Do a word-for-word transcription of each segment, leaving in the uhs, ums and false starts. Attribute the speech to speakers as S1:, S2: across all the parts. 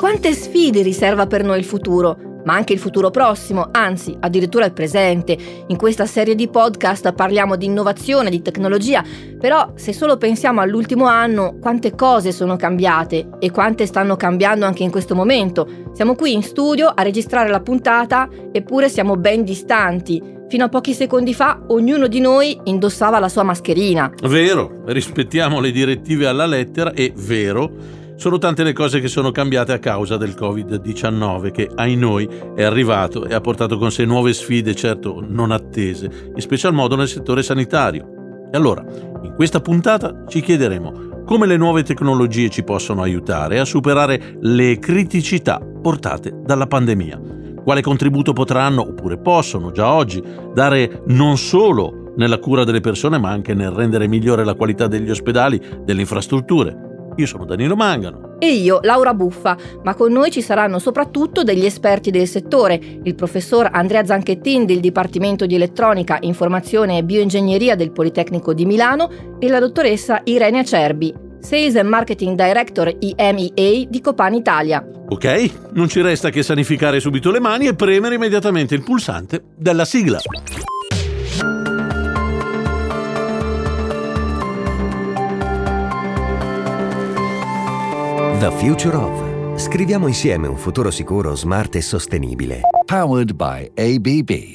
S1: quante sfide riserva per noi il futuro, ma anche il futuro prossimo, anzi addirittura il presente. In questa serie di podcast parliamo di innovazione, di tecnologia, però se solo pensiamo all'ultimo anno, quante cose sono cambiate e quante stanno cambiando anche in questo momento. Siamo qui in studio a registrare la puntata, eppure siamo ben distanti. Fino a pochi secondi fa ognuno di noi indossava la sua mascherina.
S2: Vero, rispettiamo le direttive alla lettera e vero, sono tante le cose che sono cambiate a causa del covid diciannove che, ai noi, è arrivato e ha portato con sé nuove sfide, certo non attese, in special modo nel settore sanitario. E allora, in questa puntata ci chiederemo come le nuove tecnologie ci possono aiutare a superare le criticità portate dalla pandemia. Quale contributo potranno, oppure possono già oggi, dare non solo nella cura delle persone, ma anche nel rendere migliore la qualità degli ospedali, delle infrastrutture. Io sono Danilo Mangano.
S1: E io, Laura Buffa, ma con noi ci saranno soprattutto degli esperti del settore, il professor Andrea Zanchettin del Dipartimento di Elettronica, Informazione e Bioingegneria del Politecnico di Milano e la dottoressa Irene Acerbi, Sales and Marketing Director E M E A di Copan Italia.
S2: Ok, non ci resta che sanificare subito le mani e premere immediatamente il pulsante della sigla.
S3: The Future of. Scriviamo insieme un futuro sicuro, smart e sostenibile.
S4: Powered by A B B.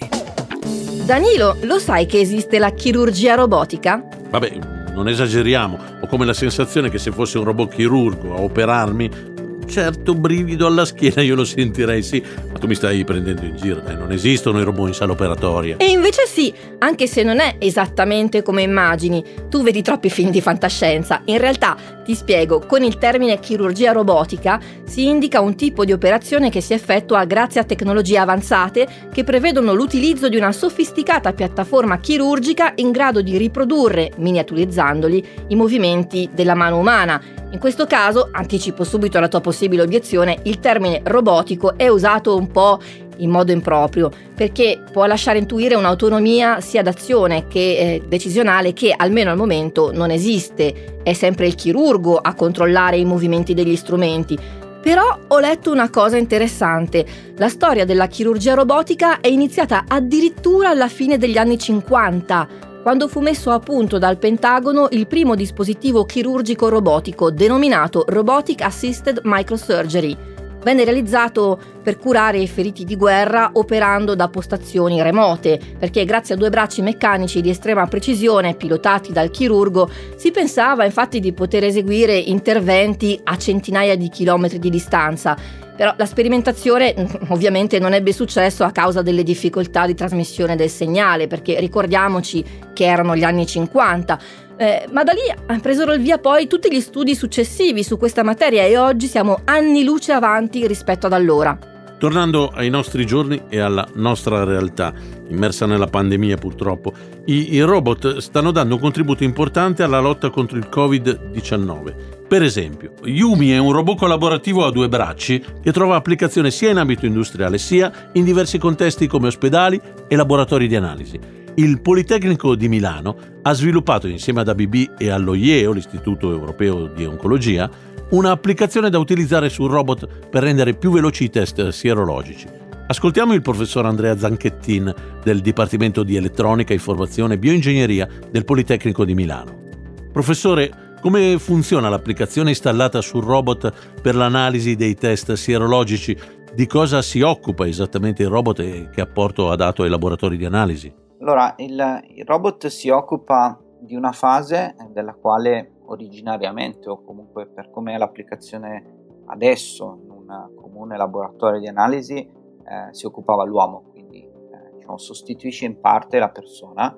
S1: Danilo, lo sai che esiste la chirurgia robotica?
S2: Vabbè, non esageriamo. Ho come la sensazione che se fosse un robot chirurgo a operarmi, certo brivido alla schiena io lo sentirei, sì. Ma tu mi stai prendendo in giro, dai, non esistono i robot in sala operatoria.
S1: E invece sì, anche se non è esattamente come immagini. Tu vedi troppi film di fantascienza. In realtà, ti spiego, con il termine chirurgia robotica si indica un tipo di operazione che si effettua grazie a tecnologie avanzate che prevedono l'utilizzo di una sofisticata piattaforma chirurgica in grado di riprodurre, miniaturizzandoli, i movimenti della mano umana. In questo caso, anticipo subito la tua possibile obiezione, il termine robotico è usato un po' in modo improprio, perché può lasciare intuire un'autonomia sia d'azione che eh, decisionale che almeno al momento non esiste. È sempre il chirurgo a controllare i movimenti degli strumenti. Però ho letto una cosa interessante. La storia della chirurgia robotica è iniziata addirittura alla fine degli anni cinquanta, quando fu messo a punto dal Pentagono il primo dispositivo chirurgico robotico denominato Robotic Assisted Microsurgery. Venne realizzato per curare i feriti di guerra operando da postazioni remote, perché grazie a due bracci meccanici di estrema precisione pilotati dal chirurgo si pensava infatti di poter eseguire interventi a centinaia di chilometri di distanza. Però la sperimentazione ovviamente non ebbe successo a causa delle difficoltà di trasmissione del segnale, perché ricordiamoci che erano gli anni cinquanta. Eh, ma da lì presero il via poi tutti gli studi successivi su questa materia e oggi siamo anni luce avanti rispetto ad allora.
S2: Tornando ai nostri giorni e alla nostra realtà, immersa nella pandemia purtroppo, i, i robot stanno dando un contributo importante alla lotta contro il covid diciannove. Per esempio, Yumi è un robot collaborativo a due bracci che trova applicazione sia in ambito industriale sia in diversi contesti come ospedali e laboratori di analisi. Il Politecnico di Milano ha sviluppato insieme ad A B B e allo I E O, l'Istituto Europeo di Oncologia, una applicazione da utilizzare sul robot per rendere più veloci i test sierologici. Ascoltiamo il professor Andrea Zanchettin del Dipartimento di Elettronica, Informazione e Bioingegneria del Politecnico di Milano. Professore, come funziona l'applicazione installata sul robot per l'analisi dei test sierologici? Di cosa si occupa esattamente il robot e che apporto ha dato ai laboratori di analisi?
S5: Allora, il, il robot si occupa di una fase della quale originariamente, o comunque per come è l'applicazione adesso in un comune laboratorio di analisi, eh, si occupava l'uomo, quindi eh, diciamo, sostituisce in parte la persona,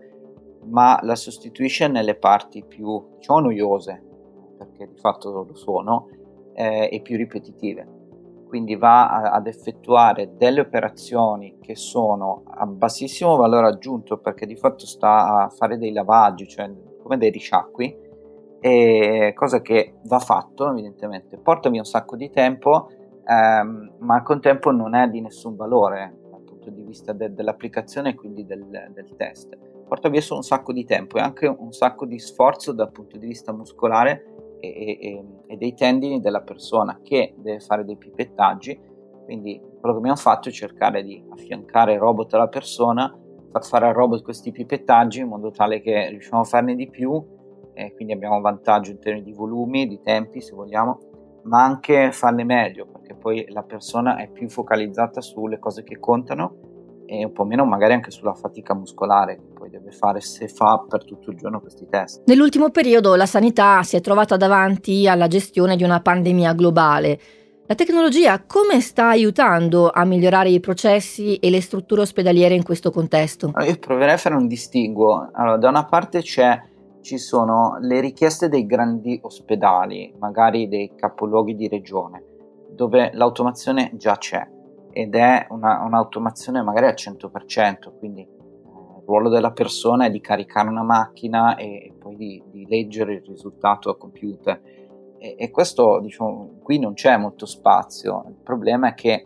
S5: ma la sostituisce nelle parti più diciamo, noiose, perché di fatto lo sono, eh, e più ripetitive. Quindi va a, ad effettuare delle operazioni che sono a bassissimo valore aggiunto, perché di fatto sta a fare dei lavaggi, cioè come dei risciacqui, e cosa che va fatto evidentemente, porta via un sacco di tempo, ehm, ma al contempo non è di nessun valore dal punto di vista de- dell'applicazione e quindi del, del test. Porta via solo un sacco di tempo e anche un sacco di sforzo dal punto di vista muscolare e, e, e dei tendini della persona che deve fare dei pipettaggi. Quindi quello che abbiamo fatto è cercare di affiancare il robot alla persona, far fare al robot questi pipettaggi in modo tale che riusciamo a farne di più, e quindi abbiamo un vantaggio in termini di volumi, di tempi se vogliamo, ma anche farne meglio, perché poi la persona è più focalizzata sulle cose che contano e un po' meno magari anche sulla fatica muscolare che poi deve fare se fa per tutto il giorno questi test.
S1: Nell'ultimo periodo la sanità si è trovata davanti alla gestione di una pandemia globale. La tecnologia come sta aiutando a migliorare i processi e le strutture ospedaliere in questo contesto?
S5: Allora, io proverei a fare un distinguo. Allora, da una parte c'è ci sono le richieste dei grandi ospedali, magari dei capoluoghi di regione, dove l'automazione già c'è ed è una, un'automazione magari al cento per cento, quindi eh, il ruolo della persona è di caricare una macchina e, e poi di, di leggere il risultato a computer e, e questo, diciamo, qui non c'è molto spazio. Il problema è che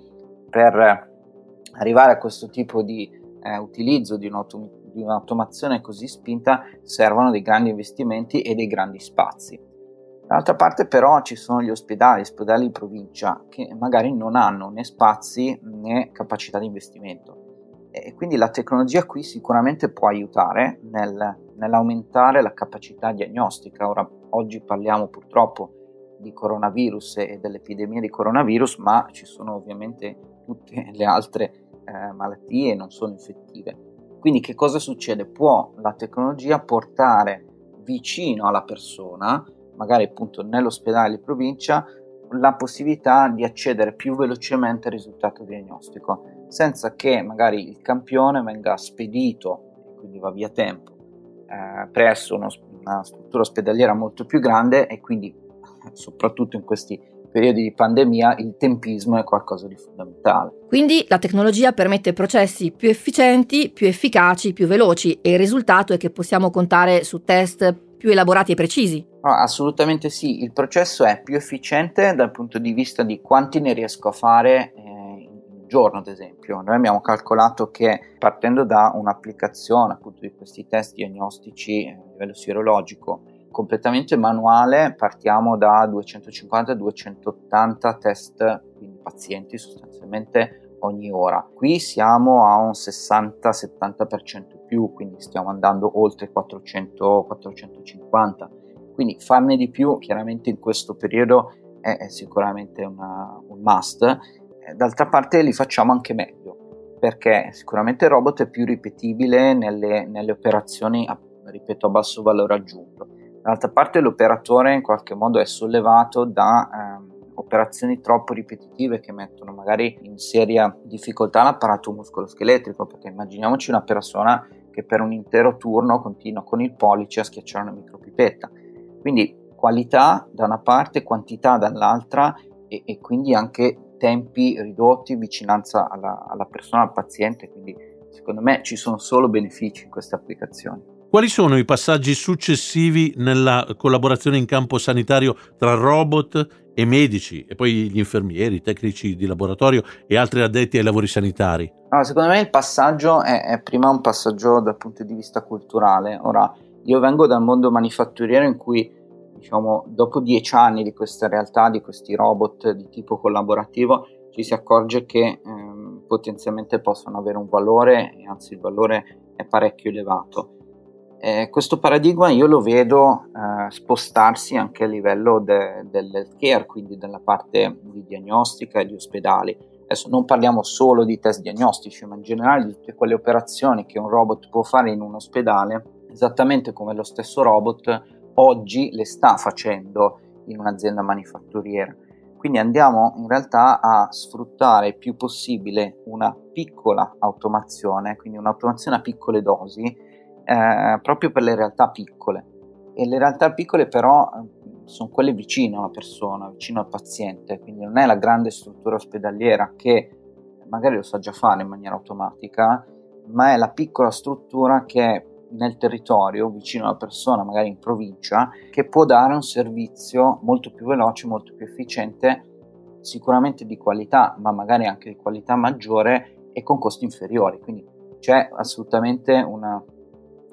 S5: per arrivare a questo tipo di eh, utilizzo di un'automazione di un'automazione così spinta servono dei grandi investimenti e dei grandi spazi. Dall'altra parte però ci sono gli ospedali, ospedali di provincia che magari non hanno né spazi né capacità di investimento e quindi la tecnologia qui sicuramente può aiutare nel, nell'aumentare la capacità diagnostica. Ora, oggi parliamo purtroppo di coronavirus e dell'epidemia di coronavirus, ma ci sono ovviamente tutte le altre eh, malattie e non sono infettive. Quindi che cosa succede? Può la tecnologia portare vicino alla persona, magari appunto nell'ospedale di provincia, la possibilità di accedere più velocemente al risultato diagnostico, senza che magari il campione venga spedito, e quindi va via tempo, eh, presso uno, una struttura ospedaliera molto più grande e quindi soprattutto in questi periodi di pandemia il tempismo è qualcosa di fondamentale.
S1: Quindi la tecnologia permette processi più efficienti, più efficaci, più veloci e il risultato è che possiamo contare su test più elaborati e precisi.
S5: No, assolutamente sì, il processo è più efficiente dal punto di vista di quanti ne riesco a fare eh, in un giorno, ad esempio. Noi abbiamo calcolato che partendo da un'applicazione appunto di questi test diagnostici a livello sierologico completamente manuale, partiamo da duecentocinquanta duecentottanta test, quindi pazienti sostanzialmente ogni ora. Qui siamo a un sessanta settanta per cento in più, quindi stiamo andando oltre quattrocento quattrocentocinquanta. Quindi farne di più chiaramente in questo periodo è, è sicuramente una, un must. D'altra parte li facciamo anche meglio, perché sicuramente il robot è più ripetibile nelle, nelle operazioni, a, ripeto, a basso valore aggiunto. Dall'altra parte l'operatore in qualche modo è sollevato da ehm, operazioni troppo ripetitive che mettono magari in seria difficoltà l'apparato muscoloscheletrico, perché immaginiamoci una persona che per un intero turno continua con il pollice a schiacciare una micropipetta. Quindi qualità da una parte, quantità dall'altra e, e quindi anche tempi ridotti, vicinanza alla, alla persona, al paziente, quindi secondo me ci sono solo benefici in queste applicazioni.
S2: Quali sono i passaggi successivi nella collaborazione in campo sanitario tra robot e medici e poi gli infermieri, i tecnici di laboratorio e altri addetti ai lavori sanitari?
S5: Allora, secondo me il passaggio è, è prima un passaggio dal punto di vista culturale. Ora, io vengo dal mondo manifatturiero in cui, diciamo, dopo dieci anni di questa realtà, di questi robot di tipo collaborativo, ci si accorge che ehm, potenzialmente possono avere un valore e anzi il valore è parecchio elevato. Eh, questo paradigma io lo vedo eh, spostarsi anche a livello de, dell'healthcare, quindi della parte di diagnostica e di ospedali. Adesso non parliamo solo di test diagnostici, ma in generale di tutte quelle operazioni che un robot può fare in un ospedale, esattamente come lo stesso robot oggi le sta facendo in un'azienda manifatturiera. Quindi andiamo in realtà a sfruttare il più possibile una piccola automazione, quindi un'automazione a piccole dosi, Eh, proprio per le realtà piccole, e le realtà piccole però eh, sono quelle vicino alla persona, vicino al paziente, quindi non è la grande struttura ospedaliera che magari lo sa già fare in maniera automatica, ma è la piccola struttura che è nel territorio, vicino alla persona, magari in provincia, che può dare un servizio molto più veloce, molto più efficiente, sicuramente di qualità, ma magari anche di qualità maggiore e con costi inferiori. Quindi c'è assolutamente una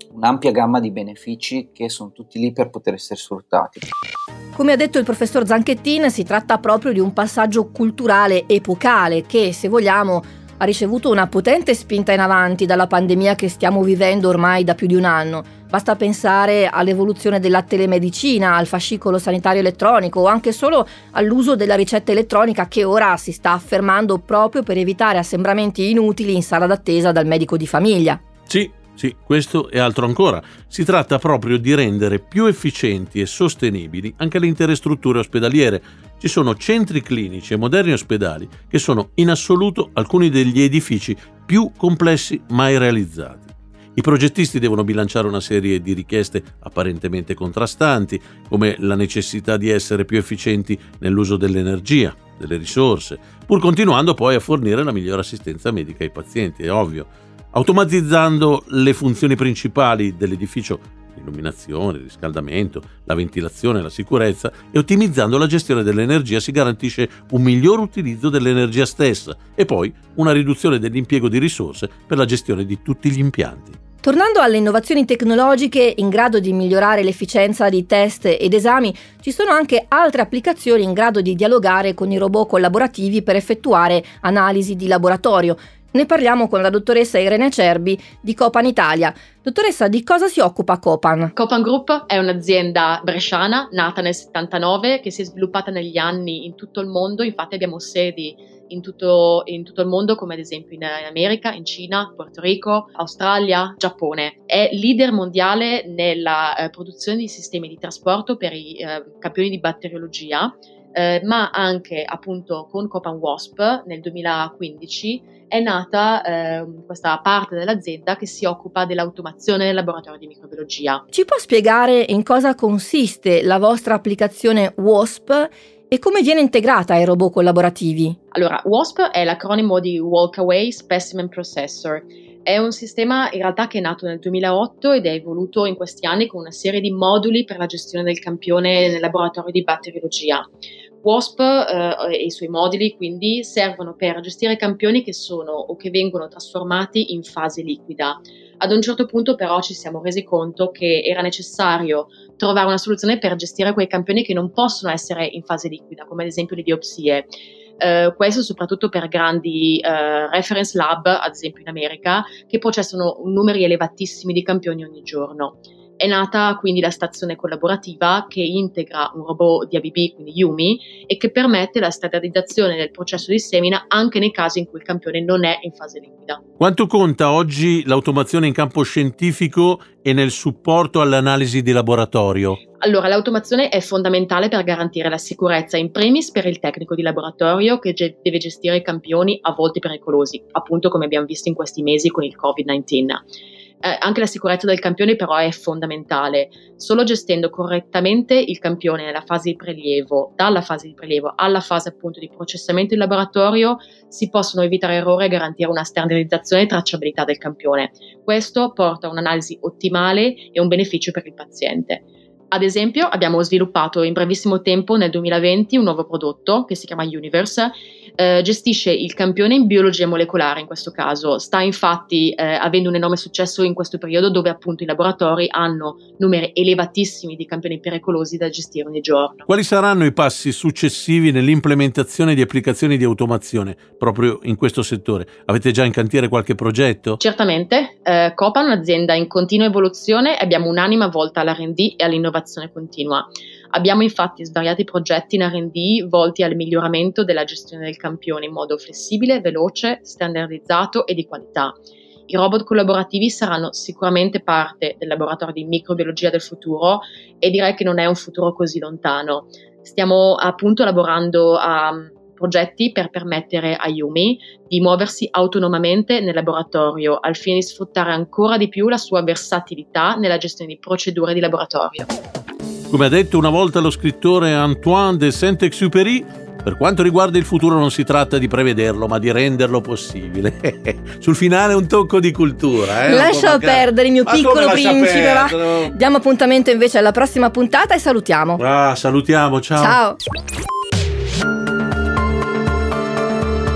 S5: un'ampia gamma di benefici che sono tutti lì per poter essere sfruttati.
S1: Come ha detto il professor Zanchettin, si tratta proprio di un passaggio culturale epocale che, se vogliamo, ha ricevuto una potente spinta in avanti dalla pandemia che stiamo vivendo ormai da più di un anno. Basta pensare all'evoluzione della telemedicina, al fascicolo sanitario elettronico o anche solo all'uso della ricetta elettronica che ora si sta affermando proprio per evitare assembramenti inutili in sala d'attesa dal medico di famiglia.
S2: Sì, sì, questo e altro ancora. Si tratta proprio di rendere più efficienti e sostenibili anche le intere strutture ospedaliere. Ci sono centri clinici e moderni ospedali che sono in assoluto alcuni degli edifici più complessi mai realizzati. I progettisti devono bilanciare una serie di richieste apparentemente contrastanti, come la necessità di essere più efficienti nell'uso dell'energia, delle risorse, pur continuando poi a fornire la migliore assistenza medica ai pazienti, è ovvio, automatizzando le funzioni principali dell'edificio, l'illuminazione, il riscaldamento, la ventilazione, la sicurezza, e ottimizzando la gestione dell'energia si garantisce un miglior utilizzo dell'energia stessa e poi una riduzione dell'impiego di risorse per la gestione di tutti gli impianti.
S1: Tornando alle innovazioni tecnologiche in grado di migliorare l'efficienza di test ed esami, ci sono anche altre applicazioni in grado di dialogare con i robot collaborativi per effettuare analisi di laboratorio. Ne parliamo con la dottoressa Irene Acerbi di Copan Italia. Dottoressa, di cosa si occupa Copan?
S6: Copan Group è un'azienda bresciana nata nel settantanove che si è sviluppata negli anni in tutto il mondo, infatti abbiamo sedi in tutto, in tutto il mondo, come ad esempio in America, in Cina, Porto Rico, Australia, Giappone. È leader mondiale nella eh, produzione di sistemi di trasporto per i eh, campioni di batteriologia, eh, ma anche appunto con Copan Wasp nel duemilaquindici è nata eh, questa parte dell'azienda che si occupa dell'automazione del laboratorio di microbiologia.
S1: Ci può spiegare in cosa consiste la vostra applicazione WASP e come viene integrata ai robot collaborativi?
S6: Allora, WASP è l'acronimo di Walkaway Specimen Processor. È un sistema in realtà che è nato nel duemilaotto ed è evoluto in questi anni con una serie di moduli per la gestione del campione nel laboratorio di batteriologia. WASP eh, e i suoi moduli quindi servono per gestire campioni che sono o che vengono trasformati in fase liquida. Ad un certo punto però ci siamo resi conto che era necessario trovare una soluzione per gestire quei campioni che non possono essere in fase liquida, come ad esempio le biopsie. Uh, questo soprattutto per grandi uh, reference lab, ad esempio in America, che processano numeri elevatissimi di campioni ogni giorno. È nata quindi la stazione collaborativa che integra un robot di A B B, quindi Yumi, e che permette la standardizzazione del processo di semina anche nei casi in cui il campione non è in fase liquida.
S2: Quanto conta oggi l'automazione in campo scientifico e nel supporto alle analisi di laboratorio?
S6: Allora, l'automazione è fondamentale per garantire la sicurezza, in primis per il tecnico di laboratorio che ge- deve gestire i campioni a volte pericolosi, appunto come abbiamo visto in questi mesi con il covid diciannove. Eh, anche la sicurezza del campione però è fondamentale. Solo gestendo correttamente il campione nella fase di prelievo, dalla fase di prelievo alla fase appunto di processamento in laboratorio, si possono evitare errori e garantire una standardizzazione e tracciabilità del campione. Questo porta a un'analisi ottimale e un beneficio per il paziente. Ad esempio, abbiamo sviluppato in brevissimo tempo, nel duemilaventi, un nuovo prodotto che si chiama Universe, eh, gestisce il campione in biologia molecolare in questo caso. Sta infatti eh, avendo un enorme successo in questo periodo dove appunto i laboratori hanno numeri elevatissimi di campioni pericolosi da gestire ogni giorno.
S2: Quali saranno i passi successivi nell'implementazione di applicazioni di automazione proprio in questo settore? Avete già in cantiere qualche progetto?
S6: Certamente, eh, Copan è un'azienda in continua evoluzione e abbiamo un'anima volta all'R and D e all'innovazione continua. Abbiamo infatti svariati progetti in R and D volti al miglioramento della gestione del campione in modo flessibile, veloce, standardizzato e di qualità. I robot collaborativi saranno sicuramente parte del laboratorio di microbiologia del futuro e direi che non è un futuro così lontano. Stiamo appunto lavorando a progetti per permettere a Yumi di muoversi autonomamente nel laboratorio al fine di sfruttare ancora di più la sua versatilità nella gestione di procedure di laboratorio.
S2: Come ha detto una volta lo scrittore Antoine de Saint-Exupéry, per quanto riguarda il futuro non si tratta di prevederlo, ma di renderlo possibile. Sul finale un tocco di cultura. Eh?
S1: Lascia perdere il mio ma piccolo principe. Va. Diamo appuntamento invece alla prossima puntata e salutiamo.
S2: Ah, salutiamo, ciao.
S1: Ciao.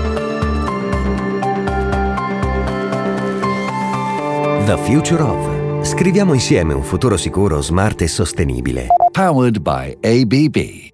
S3: The Future of Scriviamo insieme un futuro sicuro, smart e sostenibile.
S4: Powered by A B B.